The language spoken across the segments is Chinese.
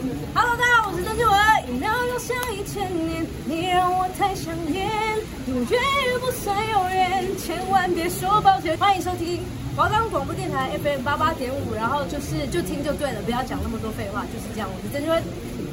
Hello， 大家好，我是郑志文。一秒钟像1000年，你让我太想念，永远也不算永远，千万别说抱歉。欢迎收听华冈广播电台 FM88.5，然后就听就对了，不要讲那么多废话，就是这样。我是郑志文。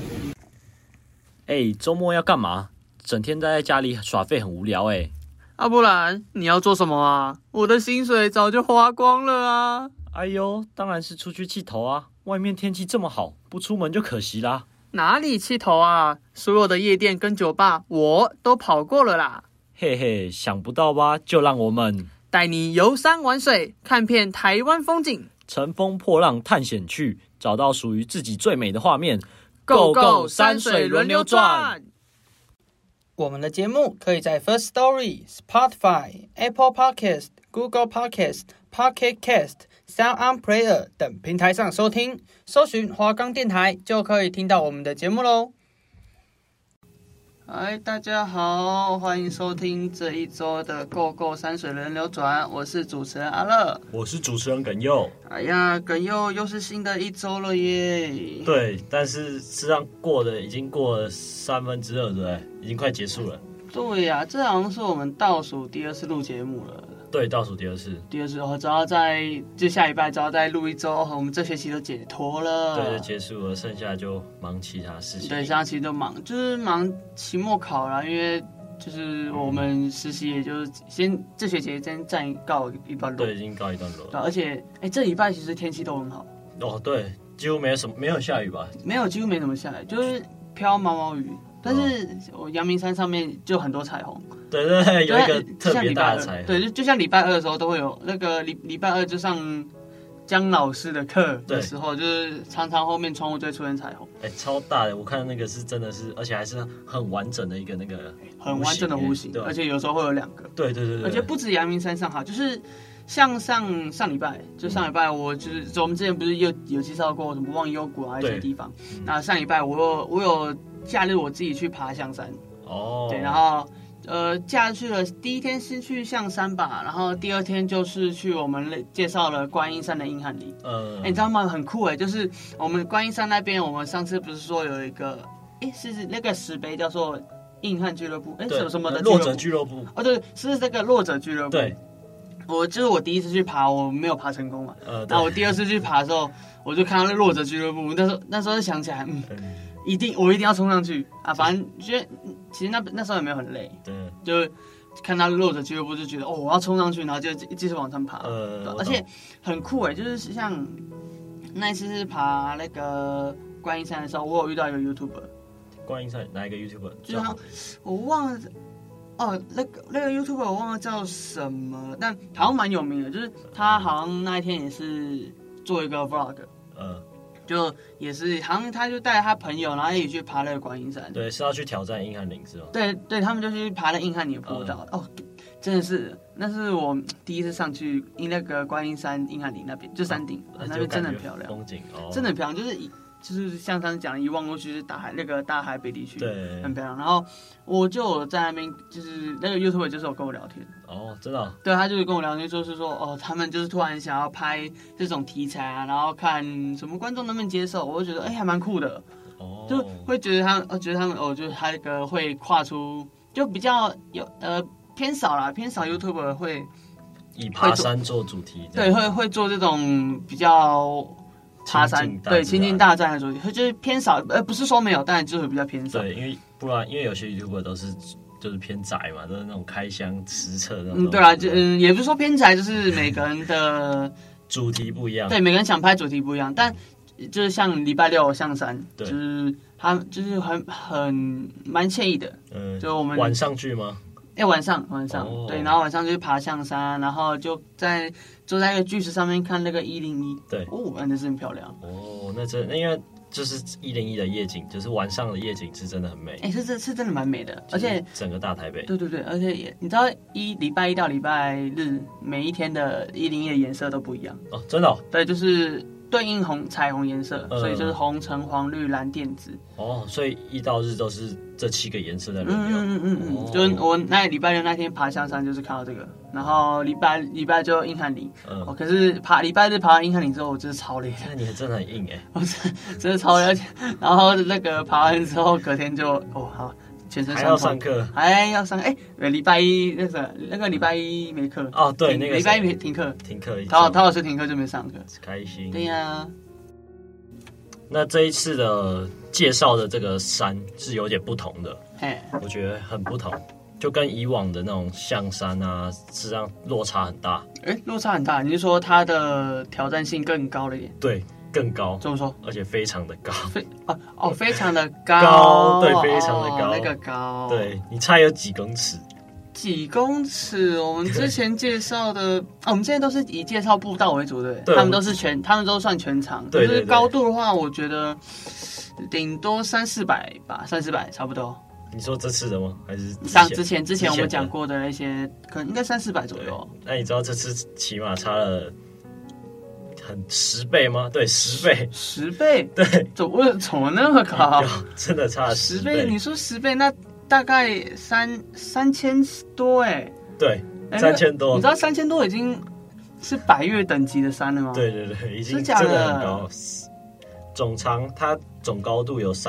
周末要干嘛？整天待在家里耍废很无聊不然你要做什么啊？我的薪水早就花光了啊！ 哎呦，当然是出去气头啊！外面天气这么好，不出门就可惜啦。 哪里气头啊？所有的夜店跟酒吧我都跑过了啦。 嘿嘿，想不到吧？就让我们带你游山玩水，看遍台湾风景， 乘风破浪探险去，找到属于自己最美的画面。 Go Go 山水轮流转。我们的节目可以在 First Story、Spotify、Apple Podcast、Google Podcast、Pocket Cast、Sound On Player 等平台上收听，搜寻华冈电台就可以听到我们的节目咯。嗨，大家好，欢迎收听这一周的 Go Go 山水轮流转，我是主持人阿乐， 我是主持人耿佑。 哎呀，耿佑又是新的一周了耶！ 对，但是实际上已经过了2/3，对不对？已经快结束了。 对呀，这好像是我们倒数第2次录节目了。 对，倒数第2次。 只要就下礼拜，只要再录1周，我们这学期都解脱了。 对，就结束了，剩下就忙其他事情。 对，剩下其实都忙，就是忙期末考啦，因为就是我们实习也就是这学期先暂告一段落。 对，已经告一段落了。 而且，这礼拜其实天气都很好。 对，几乎没有下雨吧？ 没有，几乎没怎么下雨，就是飘毛毛雨。但是我阳明山上面就很多彩虹。对， 有一个特别大的彩虹。 对，就像礼拜2的时候都会有那个礼拜2就上姜老师的课的时候，就是常常后面窗户就会出现彩虹。 超大的，我看那个是真的是，而且还是很完整的一个那个很完整的弧形，而且有时候会有2个。对， 而且不止阳明山上好，就是像上礼拜，我就是我们之前不是有介绍过什么忘忧谷啊一些地方。那上礼拜我有假日我自己去爬象山。对，然后假日去了，第一天是去象山吧，然后第2天就是去我们介绍了观音山的硬汉林。你知道吗？很酷就是我们观音山那边，我们上次不是说有一个是那个石碑叫做硬汉俱乐部，什么的弱者俱乐部。 对，是这个弱者俱乐部。 对， 我第一次去爬，我没有爬成功嘛。然后我第2次去爬的时候，我就看到那弱者俱乐部，那时候就想起来，我一定要冲上去啊！反正觉得其实那时候也没有很累，对，就看到弱者俱乐部就觉得我要冲上去，然后就继续往上爬。而且很酷就是像那一次是爬那个观音山的时候，我有遇到一个 YouTuber。 观音山哪一个 YouTuber？ 就是我忘了那个 YouTuber 我忘了叫什么，但好像蛮有名的，就是他好像那一天也是做一个 vlog。就也是，好像他就带着他朋友，然后一起去爬那个观音山。 对，是要去挑战硬汉岭是吗？ 对，他们就去爬那硬汉岭的坡道。真的是，那是我第一次上去那个观音山硬汉岭那边，就山顶，那边真的很漂亮， 风景真的很漂亮，就是像他讲的，一望过去是大海北地区， 对， 很漂亮。然后我就在那边，就是那个 YouTuber 就是有跟我聊天。 真的。 对，他就是跟我聊天，就是说他们就是突然想要拍这种题材啊，然后看什么观众能不能接受，我就觉得还蛮酷的。就会觉得他们就是他那个会跨出，就比较有偏少 YouTuber 会以爬山做主题。 对，会做这种比较。爬山对亲近大自然的主题，就是偏少，不是说没有，但就是比较偏少。 对，因为有些 YouTuber 就是偏宅嘛，都是那种开箱实测那种。 对啦，也不是说偏宅，就是每个人的主题不一样。 对，每个人想拍主题不一样，但就是像礼拜6象山，就是他就是很蛮惬意的。就我们晚上去吗？ 晚上对，然后晚上就去爬象山，然后就坐在一个巨石上面看那个101，对，真的是很漂亮。 那因为就是101的夜景，就是晚上的夜景是真的很美。 是真的蛮美的，而且整个大台北。 对，而且你知道礼拜1到礼拜日每一天的101的颜色都不一样。 真的。 对，就是对应彩虹颜色，所以就是红、橙、黄、绿、蓝、靛、紫。 哦，所以1到日都是这7个颜色在轮流。 就是我那礼拜六那天爬象山就是看到这个，然后礼拜就硬汉岭。可是礼拜日爬完硬汉岭之后，我真的超累的。 那你真的很硬我真的超累，然后那个爬完之后，隔天就好。全身还要上课， 还要上礼拜一那个礼拜一没课哦，对，那个礼拜一停课，陶老师停课就没上课， 开心。 对呀。 那这一次的介绍的这个山是有点不同的，我觉得很不同，就跟以往的那种象山啊，实际上落差很大。 落差很大，你是说它的挑战性更高了一点？ 对。更高， 这么说， 而且非常的高， 非常的高， 对，非常的高， 那个高， 对，你猜有几公尺？ 几公尺？我们之前介绍的，我们现在都是以介绍步道为主的， 对， 他们都算全长， 对， 就是高度的话，我觉得顶多300-400吧，300-400差不多。 你说这次的吗？还是之前我们讲过的那些，可能应该300-400左右。 那你知道这次起码差了10倍吗？对，10倍。 10倍？ 对， 怎么那么高？ 真的差了10 倍。你说10倍，那大概3000多对，3000多。 你知道3000多已经是百岳等级的山了吗？ 对，已经真的很高。总长它总高度有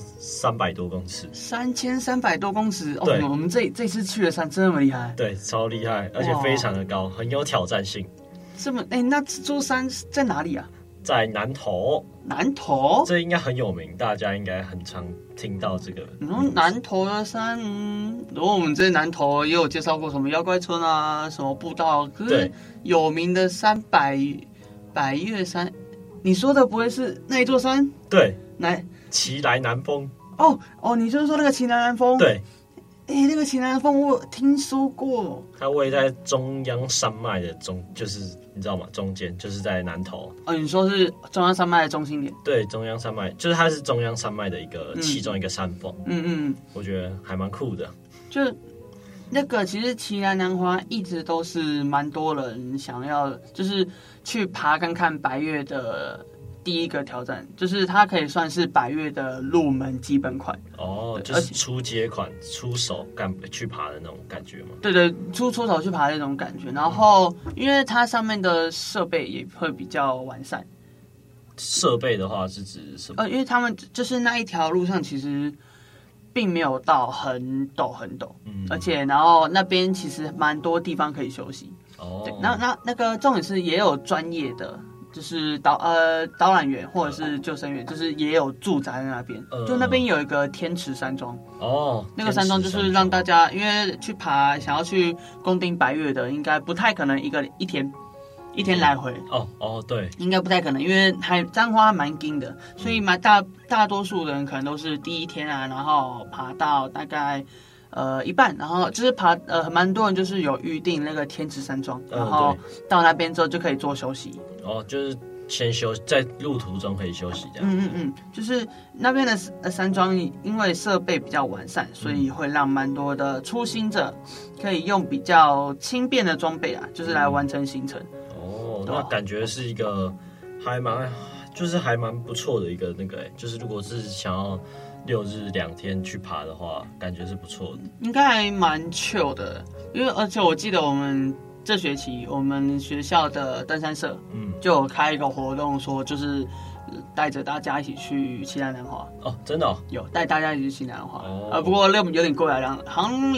3300多公尺。 3300多公尺， 对， 我们这次去的山真的那么厉害。 对，超厉害，而且非常的高，很有挑战性。 这么那这座山在哪里啊？ 在南投。 南投， 这应该很有名，大家应该很常听到这个。 南投的山，如果我们在南投也有介绍过什么妖怪村啊，什么步道，可是有名的山百岳山，你说的不会是那一座山？ 对，奇来南峰。 你就是说那个奇来南峰？ 对。 那个奇来南峰我有听说过， 它位在中央山脉的就是你知道吗？中间就是在南投。 你说是中央山脉的中心点？ 对，中央山脉就是它是中央山脉的其中一个山峰。我觉得还蛮酷的。 就那个其实奇来南华一直都是蛮多人想要，就是去爬看百岳的。第一个挑战就是它可以算是百岳的入门基本款就是初阶款，出手去爬的那种感觉吗？ 对，出手去爬的那种感觉。然后因为它上面的设备也会比较完善。 设备的话是指什么？ 因为他们就是那一条路上其实并没有到很陡，而且然后那边其实蛮多地方可以休息。对，那个重点是也有专业的。就是导览员或者是救生员，就是也有驻扎在那边。就那边有一个天池山庄那个山庄就是让大家，因为去爬想要去攻顶百岳的，应该不太可能一天来回。 对， 应该不太可能，因为彰化蛮近的，所以大多数人可能都是第一天然后爬到大概。一半，然后就是爬，蛮多人就是有预定那个天池山庄，然后到那边之后就可以做休息。 就是先在路途中可以休息这样。 就是那边的山庄，因为设备比较完善，所以会让蛮多的初心者可以用比较轻便的装备就是来完成行程。 那感觉是一个还蛮不错的一个就是如果是想要。6日2天去爬的话，感觉是不错的， 应该还蛮 chill 的。因为而且我记得我们这学期我们学校的登山社，就有开一个活动，说就是带着大家一起去奇来南华。 真的有带大家一起去奇来南华。不过有点贵好像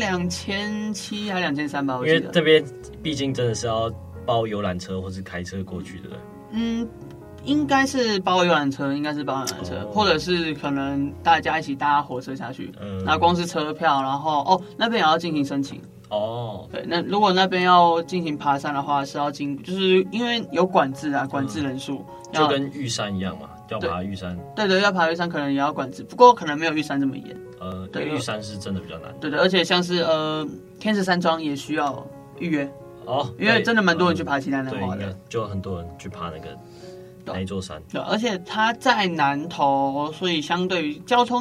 2700还2300吧，我记得。 因为这边毕竟真的是要包游览车或是开车过去的。 应该是包游览车，或者是可能大家一起搭火车下去，那光是车票，然后那边也要进行申请。对，那如果那边要进行爬山的话，是要就是因为有管制管制人数， 就跟玉山一样嘛，要爬玉山。 对，要爬玉山可能也要管制，不过可能没有玉山这么严。 对，玉山是真的比较难。 对，而且像是天池山庄也需要预约。因为真的蛮多人去爬奇来南华的， 就很多人去爬那一座山。 对，而且它在南投，所以相对于交通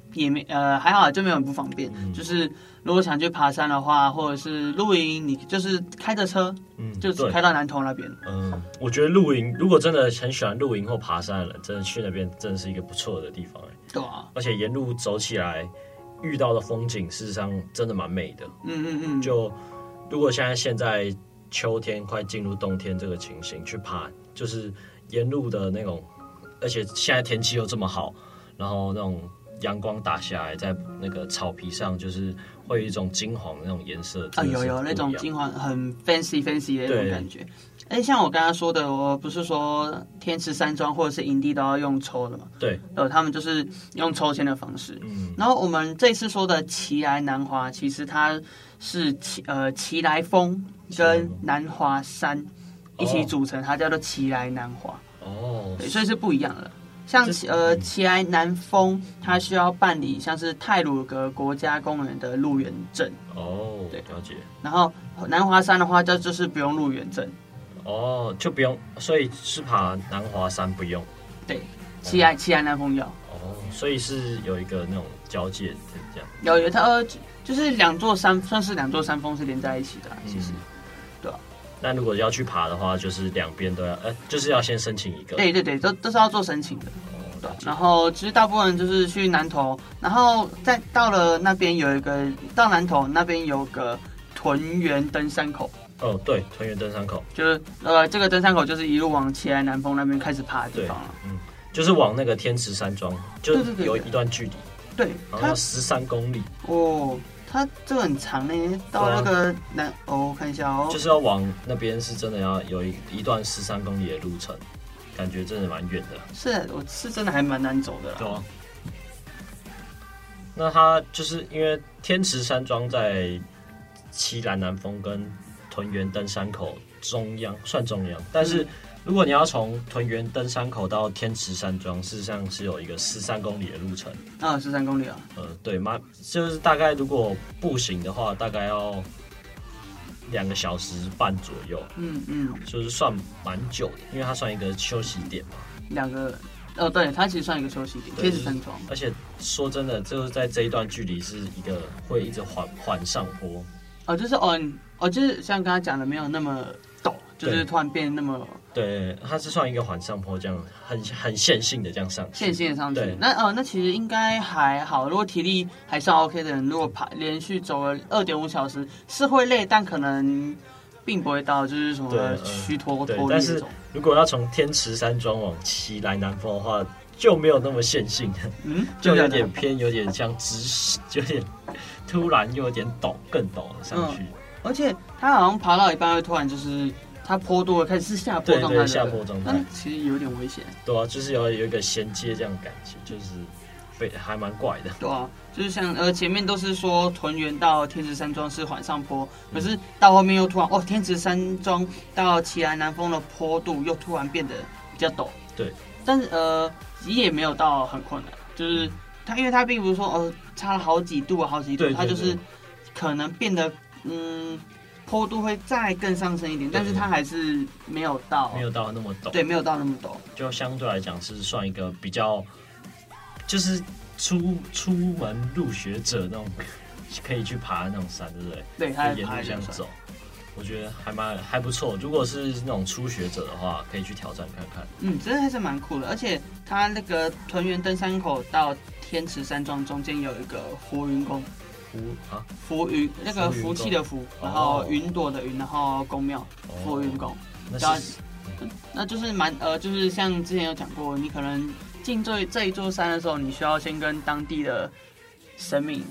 也没还好，就没有很不方便。就是如果想去爬山的话，或者是露营，你就是开着车，就是开到南投那边。 我觉得露营，如果真的很喜欢露营或爬山的人，真的去那边真的是一个不错的地方。 对啊， 而且沿路走起来遇到的风景，事实上真的蛮美的。就如果现在秋天快进入冬天这个情形去爬，就是沿路的那种，而且现在天气又这么好，然后那种阳光打下来，在那个草皮上，就是会有一种金黄的那种颜色啊， 有那种金黄，很 fancy 的那种感觉。像我刚刚说的，我不是说天池山庄或者是营地都要用抽的嘛？ 对， 他们就是用抽签的方式。然后我们这次说的奇来南华，其实它是奇来峰跟南华山一起组成，它叫做奇来南华。对，所以是不一样的。像奇来南峰，它需要办理像是太鲁阁国家公园的入园证。 对，了解。 然后南华山的话，就是不用入园证。 就不用，所以是爬南华山不用。 对，奇来南峰要。 所以是有一个那种交界这样。 有它就是两座山，算是两座山峰是连在一起的，其实。对啊。 那如果要去爬的话，就是两边都要，就是要先申请一个。 对，都是要做申请的。对。然后其实大部分就是去南投，然后再到了那边到南投那边有个屯园登山口。 对，屯园登山口就是这个登山口就是一路往奇来南峰那边开始爬的地方了。 就是往那个天池山庄，就有一段距离。 对， 它13公里。 它这个很长呢，到那个我看一下就是要往那边是真的要有一段13公里的路程，感觉真的蛮远的。 我是真的还蛮难走的啦。 对啊。那它就是因为天池山庄在奇来南峰跟屯园登山口算中央，但是如果你要从屯园登山口到天池山庄，事实上是有一个13公里的路程。 13公里啊？ 对，就是大概如果步行的话，大概要2个小时半左右。就是算蛮久的，因为它算一个休息点嘛。 对，它其实算一个休息点，天池山庄。 而且说真的，就是在这一段距离是一个会一直缓上坡。 就是像刚才讲的，没有那么陡，就是突然变那么。 对，它是算一个缓上坡，这样很线性的这样上去。 线性的上去。那其实应该还好，如果体力还算 OK 的人，如果连续走了2.5小时，是会累，但可能并不会到就是什么虚脱脱力那种。 但是如果要从天池山庄往奇来南峰的话，就没有那么线性，就有点偏，有点像有点突然又有点陡，更陡的上去。 而且它好像爬到一半会突然就是它坡度开始是下坡状态， 下坡状态， 其实有点危险。 对啊，就是有一个衔接这样的感觉，就是还蛮怪的。 对啊，就是像前面都是说屯园到天池山庄是缓上坡，可是到后面又突然天池山庄到奇来南峰的坡度又突然变得比较陡。 对， 但是也没有到很困难，就是它因为它并不是说差了好几度，它就是可能变得坡度会再更上升一点，但是它还是没有到那么陡。 对，没有到那么陡， 就相对来讲是算一个比较，就是出门入学者那种可以去爬的那种山，对不对？ 对，它沿路这样走，我觉得还不错。如果是那种初学者的话，可以去挑战看看。 真的还是蛮酷的。而且它那个屯园登山口到天池山庄中间有一个浮云宫。浮云，那个福气的福，然后云朵的云，然后宫庙，浮云宫。那就是就是像之前有讲过，你可能进这一座山的时候，你需要先跟当地的神明，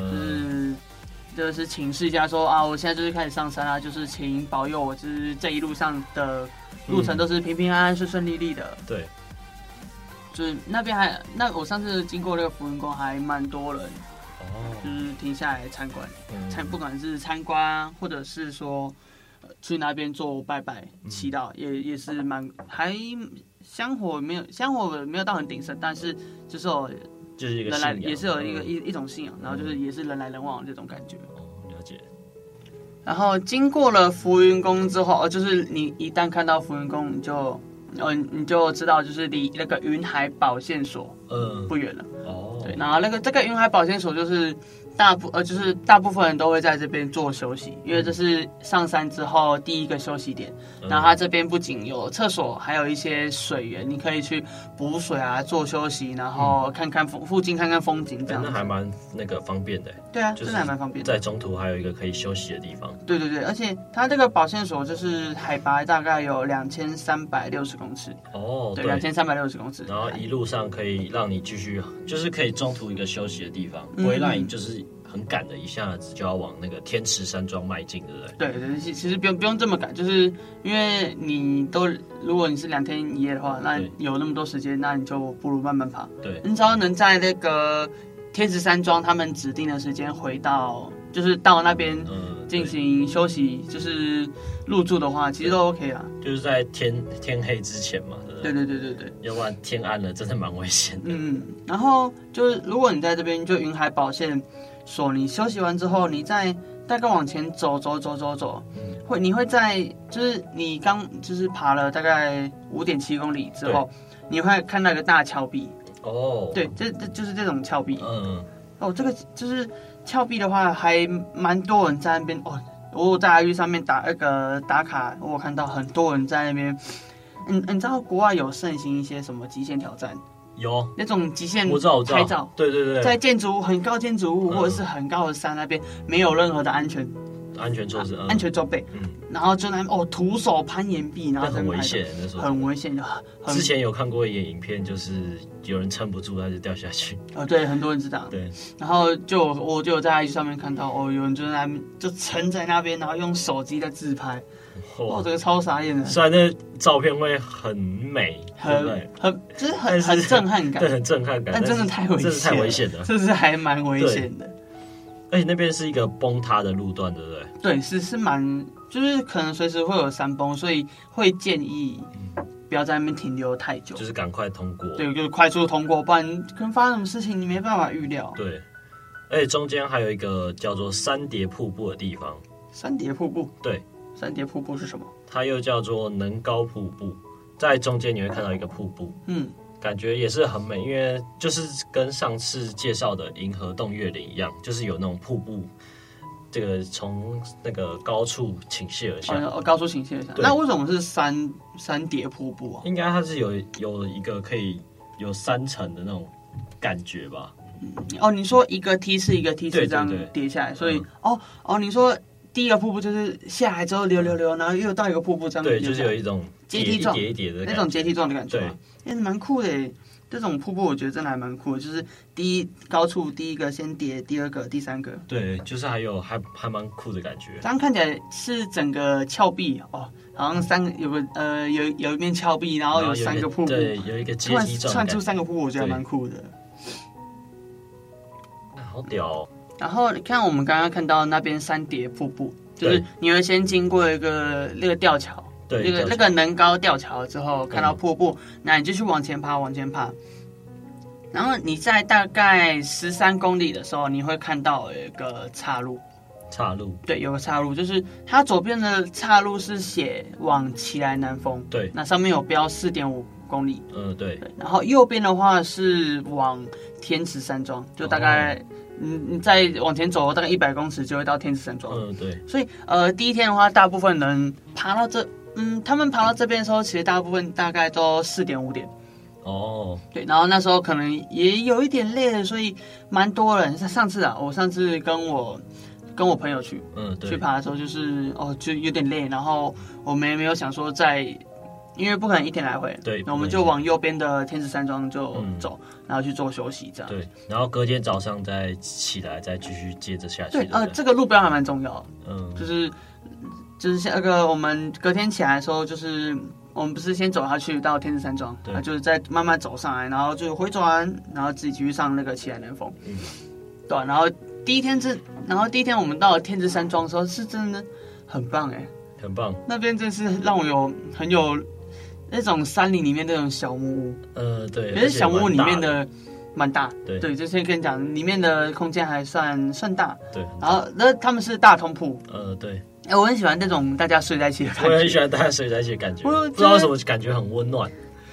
就是请示一下说我现在就是开始上山就是请保佑我，就是这一路上的路程都是平平安安、顺顺利利的。 对， 就是那边我上次经过那个浮云宫还蛮多人。就是停下来参观，不管是参观或者是说去那边做拜拜祈祷，也是还香火没有到很鼎盛，但是就是一个信仰， 也是有一种信仰，然后就是也是人来人往的这种感觉。 了解。 然后经过了浮云宫之后，就是你一旦看到浮云宫，你就知道就是离那个云海保健所不远了。对，然后这个云海保健所就是大部分人都会在这边做休息，因为这是上山之后第一个休息点。然后它这边不仅有厕所，还有一些水源，你可以去补水啊，做休息，然后看看附近看看风景这样。 那还蛮方便的。 对啊，真的还蛮方便的。 在中途还有一个可以休息的地方。 对，而且它这个保健所就是海拔大概有2360公尺。对，2360公尺。 然后一路上可以让你继续，就是可以中途一个休息的地方，不会让你就是很赶的一下子就要往那个天池山庄迈进，对不对？ 对，其实不用这么赶，就是因为如果你是2天1夜的话，那有那么多时间，那你就不如慢慢爬。 对， 你只要能在那个天池山庄他们指定的时间回到，就是到那边进行休息，就是入住的话，其实都 OK 啊。 就是在天黑之前嘛，对不对？ 对， 要不然天暗了真的蛮危险的。 然后就是如果你在这边就云海保健所，你休息完之后，你再大概往前走，你会在就是你刚就是爬了大概5.7公里之后，你会看到一个大峭壁。对，这就是这种峭壁。这个就是峭壁的话，还蛮多人在那边我在 IG 上面打卡，我看到很多人在那边。你知道国外有盛行一些什么极限挑战？ 有那种极限我知道拍照， 对， 在很高建筑物或者是很高的山那边，没有任何的安全措施、 安全装备，然后就那徒手攀岩壁，然后很危险，那时候很危险的。 之前有看过一个影片，就是有人撑不住，他就掉下去。 对，很多人知道。 对， 然后我就在 IG 上面看到，有人就在那边就撑在那边，然后用手机在自拍。这个超傻眼的。 虽然那照片会很美， 就是很震撼感， 对，很震撼感， 但真的太危险了，这是还蛮危险的。 而且那边是一个崩塌的路段，对不对？ 对，是蛮，就是可能随时会有山崩，所以会建议不要在那边停留太久， 就是赶快通过。 对，就是快速通过，不然可能发生什么事情你没办法预料。 对，而且中间还有一个叫做三叠瀑布的地方。 三叠瀑布？ 对。 三叠瀑布是什么？ 它又叫做能高瀑布，在中间你会看到一个瀑布，感觉也是很美，因为就是跟上次介绍的银河洞月岭一样，就是有那种瀑布，这个从那个高处倾泻而下， 高处倾泻而下。那为什么是三叠瀑布啊？ 应该它是有一个可以有3层的那种感觉吧？ 你说一个梯次一个梯次这样叠下来，所以你说。第一个瀑布就是下来之后流，然后又到一个瀑布这样。 对，就是有一种阶梯状一叠的那种阶梯状的感觉。对，蛮酷的。这种瀑布我觉得真的还蛮酷的，就是高处第一个先叠，第二个、第三个。对， 就是还蛮酷的感觉。 这样看起来是整个峭壁好像有一面峭壁，然后有3个瀑布， 对，有一个阶梯状， 串出3个瀑布，我觉得蛮酷的。 好屌哦！ 然后你看，我们刚刚看到那边三叠瀑布，就是你会先经过那个吊桥， 对， 那个能高吊桥之后，看到瀑布，那你就去往前爬。然后你在大概13公里的时候，你会看到有一个岔路。对，有个岔路，就是它左边的岔路是写往奇来南峰， 对， 那上面有标4.5公里， 对。 然后右边的话是往天池山庄，就大概。你再往前走大概100公尺就会到天池山庄。 对。 所以第一天的话，大部分人爬到他们爬到这边的时候，其实大部分大概都4.5点。对，然后那时候可能也有一点累了，所以蛮多人。我上次跟我朋友去爬的时候，就是就有点累，然后我们也没有想说因为不可能1天来回， 对， 那我们就往右边的天池山庄就走，然后去做休息，这样。 对，然后隔天早上再起来，再继续接着下去。 对，这个路标还蛮重要的。就是像那个我们隔天起来的时候，就是我们不是先走下去到天池山庄，就是再慢慢走上来，然后就回转，然后自己继续上那个奇来南峰。对，然后第一天我们到了天池山庄的时候，是真的很棒很棒。 那边真是让我很有那种山林里面那种小木屋， 对， 可是小木屋里面的蛮大， 对， 就先跟你讲，里面的空间还算大， 对。 然后他们是大通铺， 对。 我很喜欢那种大家睡在一起的感觉， 我也很喜欢大家睡在一起的感觉，不知道为什么感觉很温暖。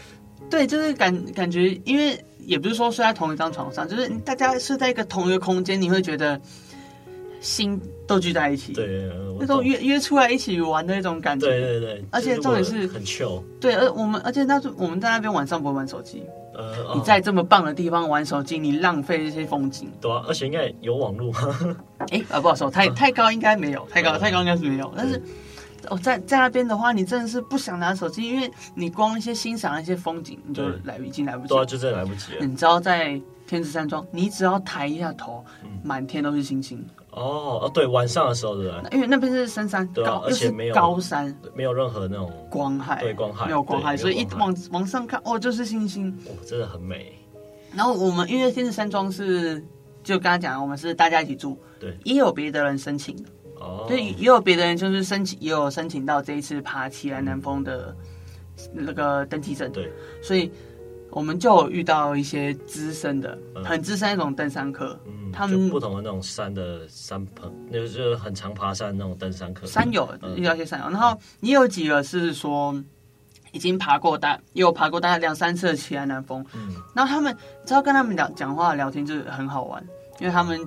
对，就是感觉，因为也不是说睡在同一张床上，就是大家睡在同一个空间，你会觉得心都聚在一起， 对， 那种约出来一起玩的那种感觉， 对， 而且重点是很 chill， 对，而且我们在那边晚上不会玩手机，你在这么棒的地方玩手机，你浪费这些风景， 对啊，而且应该有网络， 不好说，太高应该没有，太高应该是没有，但是。在那边的话，你真的是不想拿手机，因为你光一些欣赏一些风景，你就已经来不及了。 对啊，就真的来不及了。 你知道在天池山庄，你只要抬一下头，满天都是星星。 对，晚上的时候对不对？ 因为那边是深山， 对啊，而且没有高山， 没有任何那种光害， 对光害， 没有光害，所以一往上看，就是星星， 真的很美。 然后我们因为天池山庄是，就刚刚讲，我们是大家一起住， 对， 也有别的人申请的。对，也有别的人就是也有申请到这一次爬奇来南峰的那个登记证， 对， 所以我们就有遇到一些资深的、很资深那种登山客，他们不同的那种山朋，就是很常爬山那种登山客， 山友遇到一些山友，然后也有几个是说已经爬过大概2-3次的奇来南峰，然后他们只要跟他们讲话聊天就是很好玩，因为他们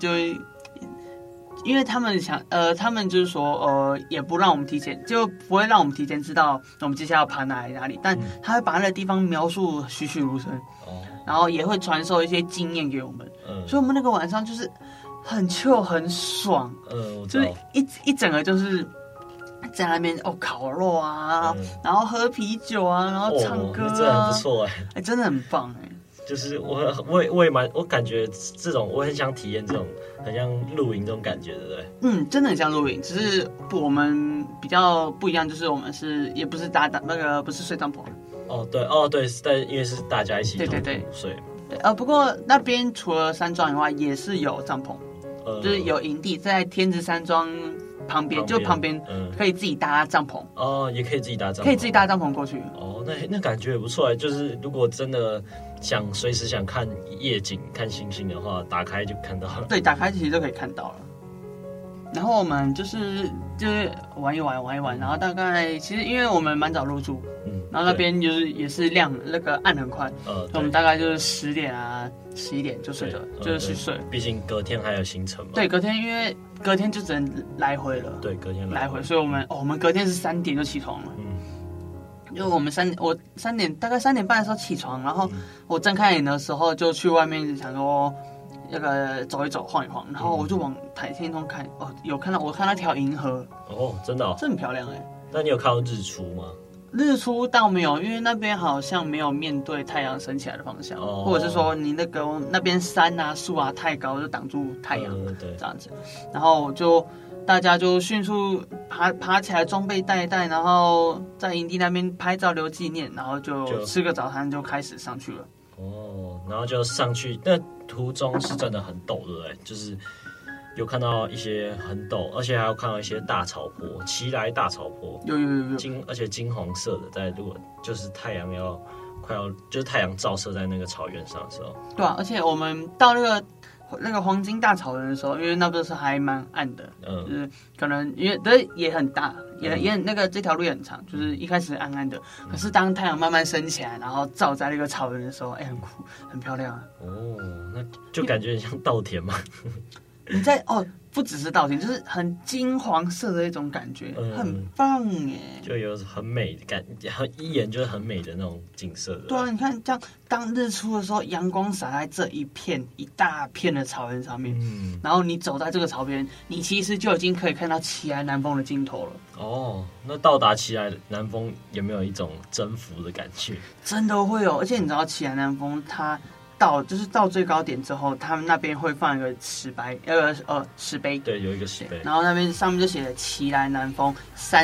他们就是说，也不让我们就不会让我们提前知道我们接下来要爬哪里，但他会把那个地方描述栩栩如生，然后也会传授一些经验给我们，所以我们那个晚上就是很 chill 很爽，就是一整个就是在那边烤肉啊，然后喝啤酒啊，然后唱歌啊， 真的很不错真的很棒就是我感觉这种我很想体验这种很像露营这种感觉，对不对？ 真的很像露营，只是我们比较不一样，就是我们也不是不是睡帐篷。 对，但因为是大家一起对睡。 对，不过那边除了山庄以外，也是有帐篷，就是有营地在天池山庄旁边可以自己搭帐篷。 也可以自己搭帐篷， 可以自己搭帐篷过去。 那感觉也不错就是如果真的随时想看夜景、看星星的话，打开就看到了。对， 打开其实就可以看到了。然后我们就是玩一玩，然后大概其实因为我们蛮早入住，然后那边也是亮，那个暗很快，我们大概就是10点啊、11点就睡着，就是去睡。 毕竟隔天还有行程嘛。 对，因为隔天就只能来回了。 对，隔天来回，所以我们隔天是3点就起床了。就我们大概3点半的时候起床，然后我睁开眼的时候就去外面想说那个走一走、晃一晃，然后我就往天空看，我看到条银河， 真的这很漂亮那你有看到日出吗？ 日出倒没有，因为那边好像没有面对太阳升起来的方向，或者是说你那边山啊、树啊太高，就挡住太阳，这样子，然后大家就迅速爬起来，装备带一带，然后在营地那边拍照留纪念，然后就吃个早餐就开始上去了。 然后就上去，那途中是真的很陡，对不对？就是有看到一些很陡，而且还有看到一些大草坡，奇来大草坡， 有， 而且金黄色的，如果就是太阳就是太阳照射在那个草原上的时候， 对啊，而且我们到那个黄金大草原的时候，因为那不是还蛮暗的，就是可能因为也很大，也那个这条路也很长，就是一开始暗暗的，可是当太阳慢慢升起来，然后照在那个草原的时候，很酷，很漂亮那就感觉很像稻田嘛。 你不只是稻田，就是很金黄色的一种感觉，很棒就有很美的感觉，一眼就是很美的那种景色的。 对啊，你看这样，当日出的时候，阳光洒在这一大片的草原上面，然后你走在这个草原，你其实就已经可以看到奇来南峰的尽头了。 那到达奇来南峰有没有一种征服的感觉？ 真的会有，而且你知道奇来南峰它。到最高点之后，他们那边会放一个石碑， 对，有一个石碑， 然后那边上面就写了奇来南峰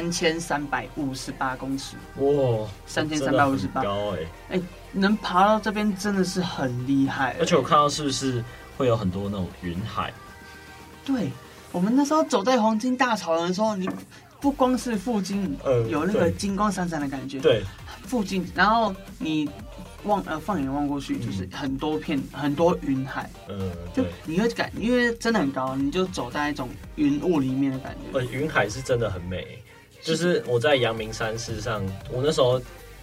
3358公尺， 哇 ，3358 高能爬到这边真的是很厉害， 而且我看到是不是会有很多那种云海？ 对，我们那时候走在黄金大草原的时候，你不光是附近有那个金光闪闪的感觉， 对， 附近，然后你。放眼望过去，就是很多云海，就你会因为真的很高，你就走在一种云雾里面的感觉。 云海是真的很美，就是我在阳明山，事实上我那时候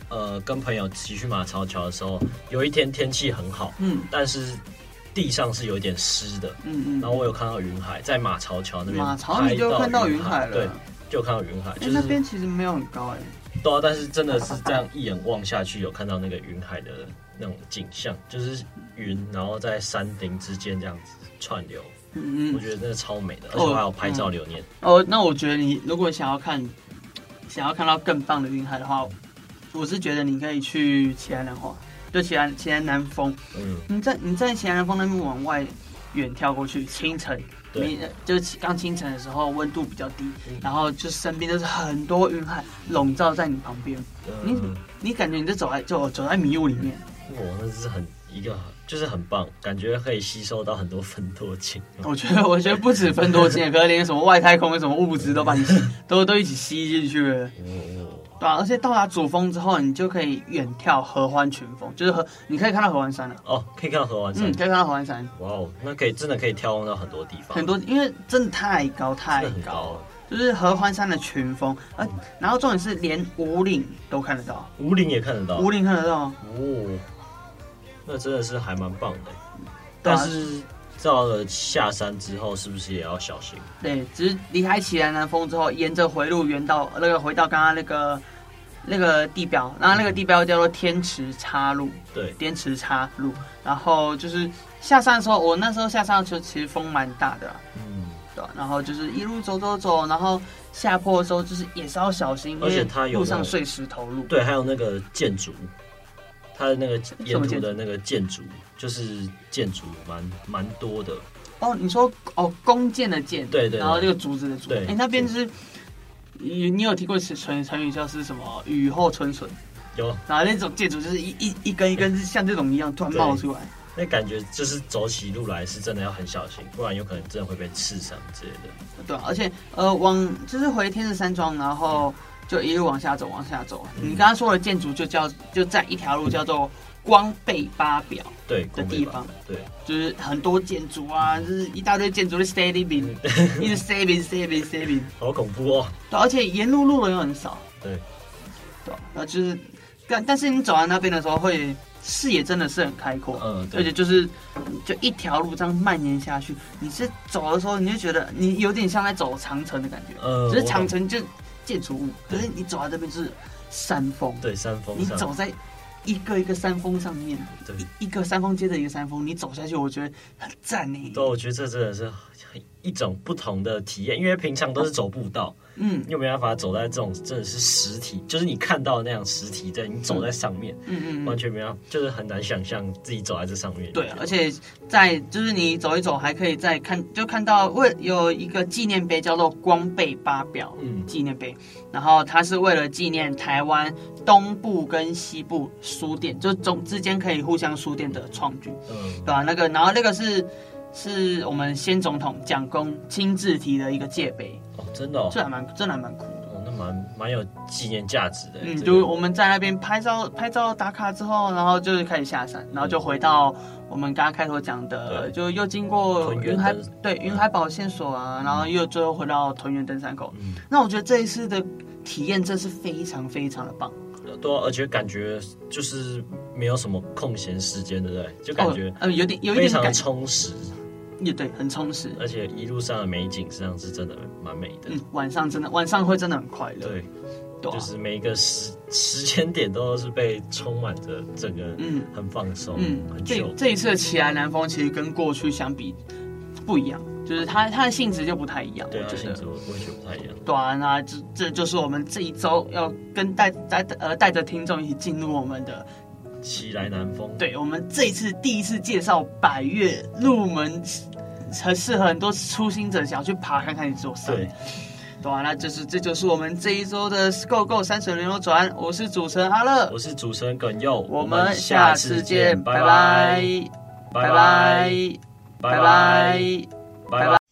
跟朋友骑去马槽桥的时候，有一天天气很好，但是地上是有点湿的，然后我有看到云海在马槽桥那边， 马槽你就看到云海了， 对，就看到云海，就是那边其实没有很高对啊，但是真的是这样一眼望下去，有看到那个云海的那种景象，就是云，然后在山顶之间这样子串流，我觉得真的超美的，而且还有拍照留念。 那我觉得你如果想要看到更棒的云海的话，我是觉得你可以去奇莱南华，就奇莱南峰。你在奇莱南峰那边往外远眺过去，清晨。就是刚清晨的时候，温度比较低，然后就身边都是很多云海笼罩在你旁边，你感觉你就走在迷雾里面。 哇，那是就是很棒，感觉可以吸收到很多芬多精。 我觉得不止芬多精，可能连什么外太空的什么物质都把你都一起吸进去了。对啊，而且到达主峰之后，你就可以远眺合欢群峰，就是你可以看到合欢山了。 可以看到合欢山。 可以看到合欢山。 哇哦，那真的可以眺望到很多地方。 很多，因为真的太高了，就是合欢山的群峰，然后重点是连武岭都看得到。 武岭也看得到。 武岭看得到。 那真的是还蛮棒的。但是到了下山之后，是不是也要小心？ 对，只是离开奇莱南峰之后，沿着回路回到刚刚那个地标，然后那个地标叫做天池岔路。 对， 天池岔路。然后就是下山的时候，我那时候下山的时候其实风蛮大的啦。对。然后就是一路走，然后下坡的时候就是也是要小心， 而且它有路上碎石头路。 对，还有那个建筑。它的那个沿途的那个建筑，就是建筑蛮多的。 你说弓箭的箭， 对， 然后这个竹子的竹， 对， 那边就是你有听过成语叫是什么雨后春笋？ 有。 然后那种建筑就是一根一根像这种一样突然冒出来， 那感觉就是走起路来是真的要很小心，不然有可能真的会被刺伤之类的。 对，而且就是回天池山庄，然后就一路往下走。你刚刚说的建筑就在一条路叫做光背八表的地方， 对， 就是很多建筑啊，就是一大堆建筑的 saving， 一直 saving， 好恐怖哦。 对，而且沿路人又很少， 对， 然后就是，但是你走到那边的时候，视野真的是很开阔，而且就一条路这样蔓延下去，你是走的时候，你就觉得你有点像在走长城的感觉，只是长城就建筑物，可是你走到这边就是山峰， 对，山峰， 你走在一个山峰上面，对，一个山峰接着一个山峰，你走下去，我觉得很赞呢。 对，我觉得这真的是一种不同的体验，因为平常都是走步道，你有没办法走在这种真的是实体，就是你看到那样实体在你走在上面，完全没有，就是很难想象自己走在这上面。 对，而且就是你走一走，还可以再看到有一个纪念碑叫做光背八表纪念碑，然后它是为了纪念台湾东部跟西部书店，就之间可以互相书店的创举，对吧？然后那个是我们先总统蒋公亲自提的一个界碑， 真的， 这还蛮酷的， 那蛮有纪念价值的。 就是我们在那边拍照打卡之后，然后就是开始下山，然后就回到我们刚刚开头讲的，就又经过云海保线所啊，然后又最后回到屯园登山口。那我觉得这一次的体验真是非常非常的棒。 对，而且感觉就是没有什么空闲时间，对不对？就感觉有点非常的充实。 也对，很充实， 而且一路上的美景实际上是真的蛮美的。 晚上会真的很快乐。对， 就是每一个时间点都是被充满着整个很放松，很久。 这一次的奇莱南峰其实跟过去相比不一样，就是它的性质就不太一样。 对，性质我觉得不太一样。 对啊，那这就是我们这一周要跟带着听众一起进入我们的奇莱南峰。 对，我们这一次第一次介绍百岳入门，很适合很多初心者想要去爬看看这座山。对啊，那这就是我们这一周的 GoGo 山水轮流转。我是主持人阿乐， 我是主持人耿佑， 我们下次见，拜拜，拜拜，拜拜，拜拜。